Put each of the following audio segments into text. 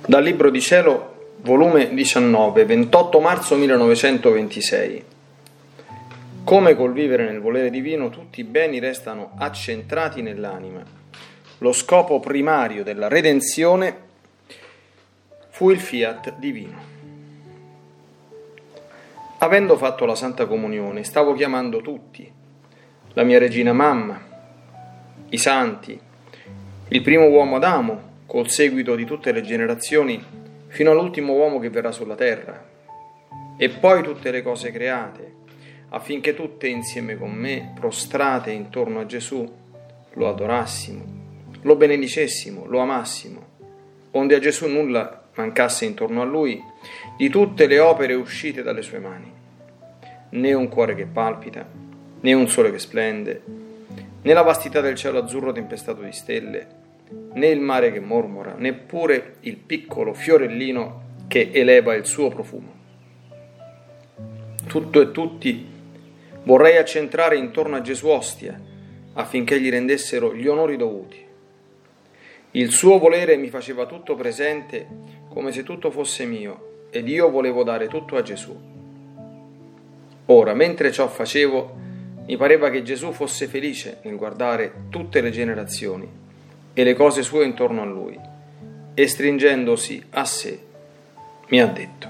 Dal Libro di Cielo, volume 19, 28 marzo 1926. Come col vivere nel volere divino tutti i beni restano accentrati nell'anima. Lo scopo primario della redenzione fu il fiat divino. Avendo fatto la Santa Comunione, stavo chiamando tutti, la mia regina mamma, i santi, il primo uomo Adamo, col seguito di tutte le generazioni, fino all'ultimo uomo che verrà sulla terra, e poi tutte le cose create, affinché tutte insieme con me, prostrate intorno a Gesù, lo adorassimo, lo benedicessimo, lo amassimo, onde a Gesù nulla mancasse intorno a lui di tutte le opere uscite dalle sue mani, né un cuore che palpita, né un sole che splende, né la vastità del cielo azzurro tempestato di stelle, né il mare che mormora, neppure il piccolo fiorellino che eleva il suo profumo. Tutto e tutti vorrei accentrare intorno a Gesù ostia, affinché gli rendessero gli onori dovuti. Il suo volere mi faceva tutto presente, come se tutto fosse mio, ed io volevo dare tutto a Gesù. Ora, mentre ciò facevo, mi pareva che Gesù fosse felice nel guardare tutte le generazioni e le cose sue intorno a lui, e stringendosi a sé mi ha detto: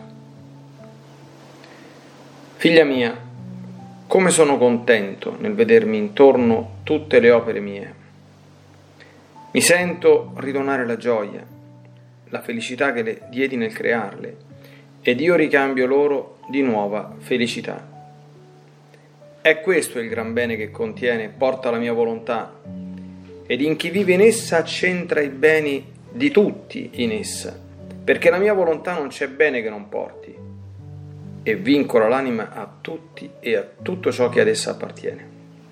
figlia mia, come sono contento nel vedermi intorno tutte le opere mie. Mi sento ridonare la gioia, la felicità che le diedi nel crearle, ed io ricambio loro di nuova felicità. È questo il gran bene che contiene e porta la mia volontà, ed in chi vive in essa accentra i beni di tutti in essa, perché la mia volontà non c'è bene che non porti, e vincola l'anima a tutti e a tutto ciò che ad essa appartiene.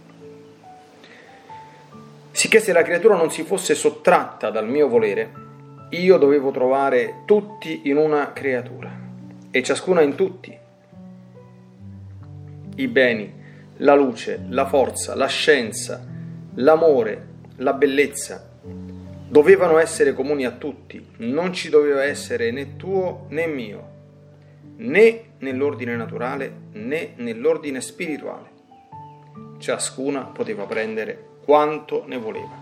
Sicché se la creatura non si fosse sottratta dal mio volere, io dovevo trovare tutti in una creatura, e ciascuna in tutti. I beni, la luce, la forza, la scienza, l'amore, la bellezza dovevano essere comuni a tutti, non ci doveva essere né tuo né mio, né nell'ordine naturale né nell'ordine spirituale. Ciascuna poteva prendere quanto ne voleva.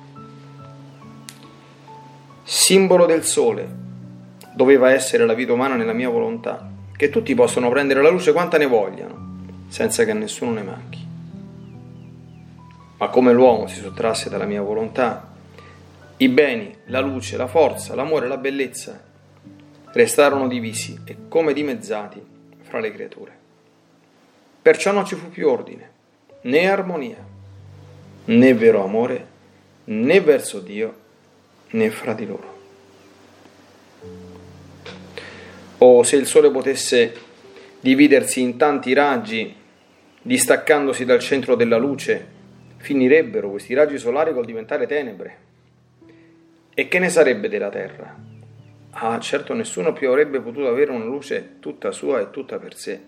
Simbolo del sole doveva essere la vita umana nella mia volontà, che tutti possono prendere la luce quanta ne vogliano, senza che a nessuno ne manchi. Ma come l'uomo si sottrasse dalla mia volontà, i beni, la luce, la forza, l'amore e la bellezza restarono divisi e come dimezzati fra le creature. Perciò non ci fu più ordine, né armonia, né vero amore, né verso Dio, né fra di loro. O se il sole potesse dividersi in tanti raggi, distaccandosi dal centro della luce, finirebbero questi raggi solari col diventare tenebre. E che ne sarebbe della terra? Ah, certo, nessuno più avrebbe potuto avere una luce tutta sua e tutta per sé.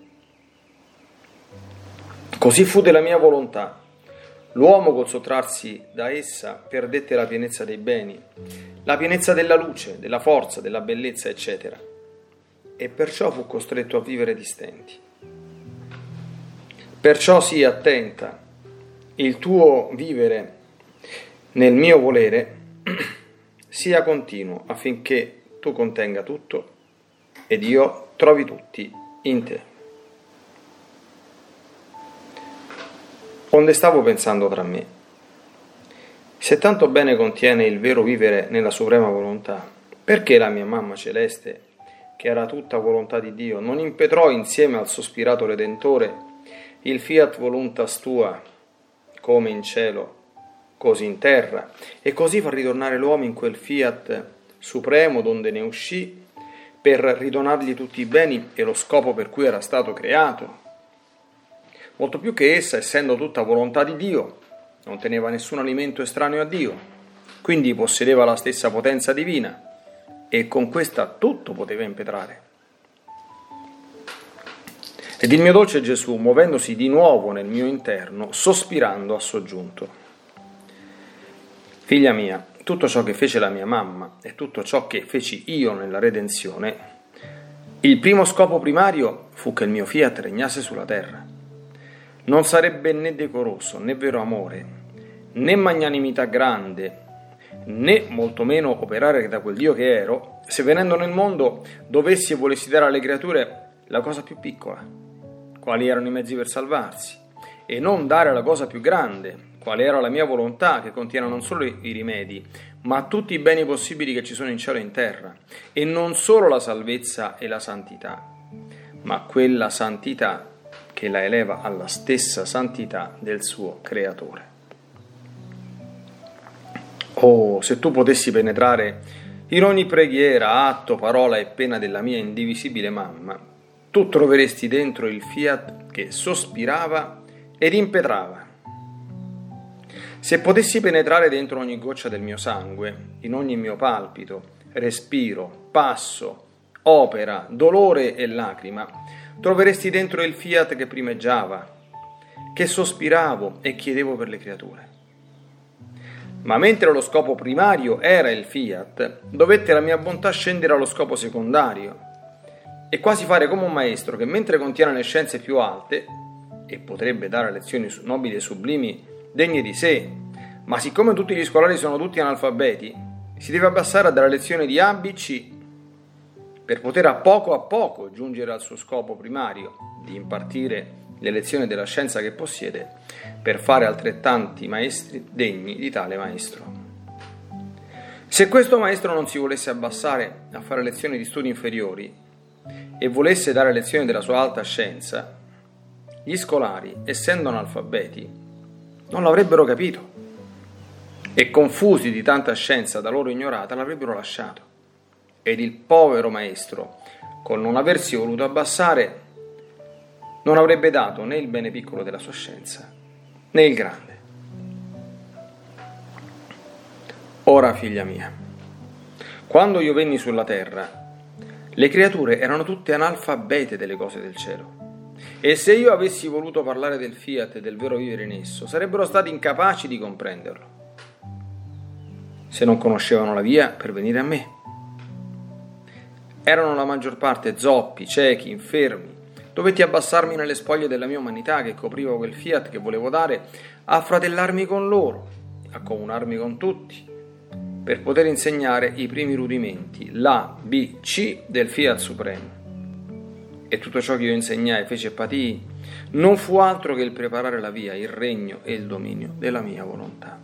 Così fu della mia volontà. L'uomo col sottrarsi da essa perdette la pienezza dei beni, la pienezza della luce, della forza, della bellezza, eccetera. E perciò fu costretto a vivere di stenti. Perciò sii attenta. Il tuo vivere nel mio volere sia continuo, affinché tu contenga tutto ed io trovi tutti in te. Onde stavo pensando tra me: se tanto bene contiene il vero vivere nella suprema volontà, perché la mia mamma celeste, che era tutta volontà di Dio, non impetrò insieme al sospirato Redentore il fiat voluntas tua, come in cielo, così in terra, e così far ritornare l'uomo in quel fiat supremo donde ne uscì, per ridonargli tutti i beni e lo scopo per cui era stato creato? Molto più che essa, essendo tutta volontà di Dio, non teneva nessun alimento estraneo a Dio, quindi possedeva la stessa potenza divina, e con questa tutto poteva impetrare. Ed il mio dolce Gesù, muovendosi di nuovo nel mio interno, sospirando, ha soggiunto: figlia mia, tutto ciò che fece la mia mamma e tutto ciò che feci io nella redenzione, il primo scopo primario fu che il mio fiat regnasse sulla terra. Non sarebbe né decoroso, né vero amore, né magnanimità grande, né molto meno operare da quel Dio che ero, se venendo nel mondo dovessi e volessi dare alle creature la cosa più piccola, quali erano i mezzi per salvarsi, e non dare la cosa più grande, quale era la mia volontà, che contiene non solo i rimedi, ma tutti i beni possibili che ci sono in cielo e in terra, e non solo la salvezza e la santità, ma quella santità che la eleva alla stessa santità del suo creatore. Oh, se tu potessi penetrare in ogni preghiera, atto, parola e pena della mia indivisibile mamma, tu troveresti dentro il fiat che sospirava ed impetrava. Se potessi penetrare dentro ogni goccia del mio sangue, in ogni mio palpito, respiro, passo, opera, dolore e lacrima, troveresti dentro il fiat che primeggiava, che sospiravo e chiedevo per le creature. Ma mentre lo scopo primario era il fiat, dovette la mia bontà scendere allo scopo secondario e quasi fare come un maestro che, mentre contiene le scienze più alte e potrebbe dare lezioni nobili e sublimi degne di sé, ma siccome tutti gli scolari sono tutti analfabeti, si deve abbassare a dare lezioni di A, B, C per poter a poco giungere al suo scopo primario di impartire le lezioni della scienza che possiede, per fare altrettanti maestri degni di tale maestro. Se questo maestro non si volesse abbassare a fare lezioni di studi inferiori e volesse dare lezioni della sua alta scienza, gli scolari, essendo analfabeti, non l'avrebbero capito e, confusi di tanta scienza da loro ignorata, l'avrebbero lasciato. Ed il povero maestro, col non aversi voluto abbassare, non avrebbe dato né il bene piccolo della sua scienza, né il grande. Ora, figlia mia, quando io venni sulla terra, le creature erano tutte analfabete delle cose del cielo, e se io avessi voluto parlare del fiat e del vero vivere in esso, sarebbero stati incapaci di comprenderlo, se non conoscevano la via per venire a me. Erano la maggior parte zoppi, ciechi, infermi. Dovetti abbassarmi nelle spoglie della mia umanità che copriva quel fiat che volevo dare, a fratellarmi con loro, a comunarmi con tutti, per poter insegnare i primi rudimenti, l'A, B, C del fiat supremo. E tutto ciò che io insegnai, feci e patii, non fu altro che il preparare la via, il regno e il dominio della mia volontà.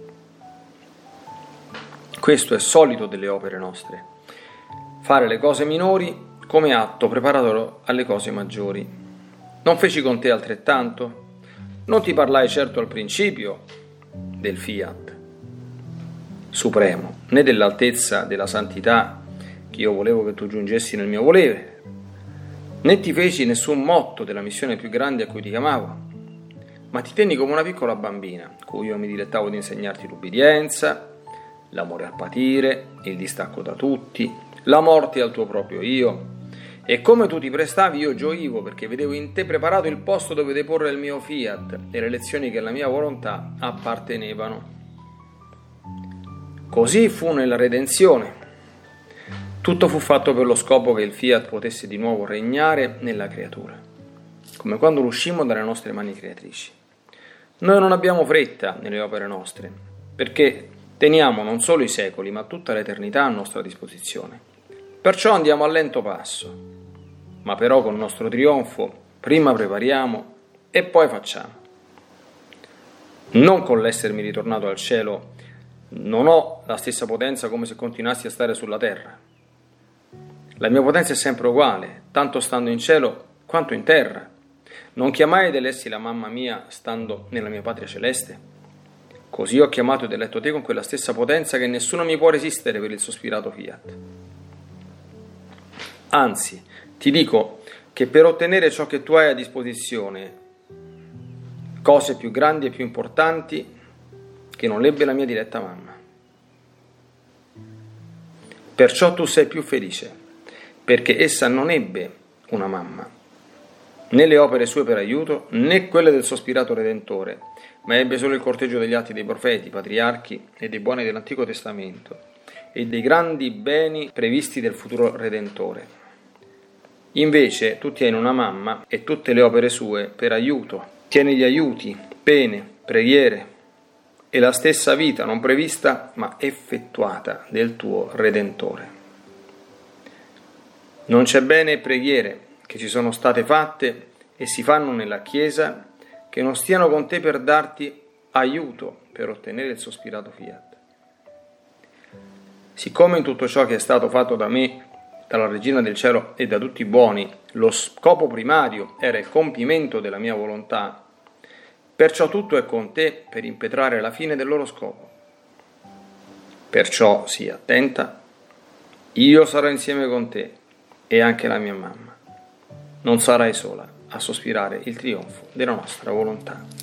Questo è solito delle opere nostre, fare le cose minori come atto preparato alle cose maggiori. Non feci con te altrettanto? Non ti parlai certo al principio del fiat supremo, né dell'altezza della santità che io volevo che tu giungessi nel mio volere, né ti feci nessun motto della missione più grande a cui ti chiamavo, ma ti tenni come una piccola bambina, cui io mi dilettavo di insegnarti l'ubbidienza, l'amore al patire, il distacco da tutti, la morte al tuo proprio io. E come tu ti prestavi, io gioivo, perché vedevo in te preparato il posto dove deporre il mio fiat e le lezioni che alla mia volontà appartenevano. Così fu nella redenzione. Tutto fu fatto per lo scopo che il fiat potesse di nuovo regnare nella creatura, come quando uscimmo dalle nostre mani creatrici. Noi non abbiamo fretta nelle opere nostre, perché teniamo non solo i secoli, ma tutta l'eternità a nostra disposizione. Perciò andiamo a lento passo, ma però con il nostro trionfo prima prepariamo e poi facciamo. Non con l'essermi ritornato al cielo non ho la stessa potenza come se continuassi a stare sulla terra. La mia potenza è sempre uguale, tanto stando in cielo quanto in terra. Non chiamai ed elessi la mamma mia stando nella mia patria celeste? Così ho chiamato ed eletto te con quella stessa potenza che nessuno mi può resistere per il sospirato fiat. Anzi, ti dico che per ottenere ciò che tu hai a disposizione, cose più grandi e più importanti che non l'ebbe la mia diletta mamma. Perciò tu sei più felice, perché essa non ebbe una mamma, né le opere sue per aiuto, né quelle del sospirato Redentore, ma ebbe solo il corteggio degli atti dei profeti, patriarchi e dei buoni dell'Antico Testamento, e dei grandi beni previsti del futuro Redentore. Invece tu tieni una mamma e tutte le opere sue per aiuto, tieni gli aiuti, pene, preghiere e la stessa vita non prevista ma effettuata del tuo Redentore. Non c'è bene e preghiere che ci sono state fatte e si fanno nella Chiesa che non stiano con te per darti aiuto per ottenere il sospirato fiat. Siccome in tutto ciò che è stato fatto da me, dalla Regina del Cielo e da tutti i buoni, lo scopo primario era il compimento della mia volontà, perciò tutto è con te per impetrare la fine del loro scopo. Perciò sii attenta, io sarò insieme con te e anche la mia mamma. Non sarai sola a sospirare il trionfo della nostra volontà.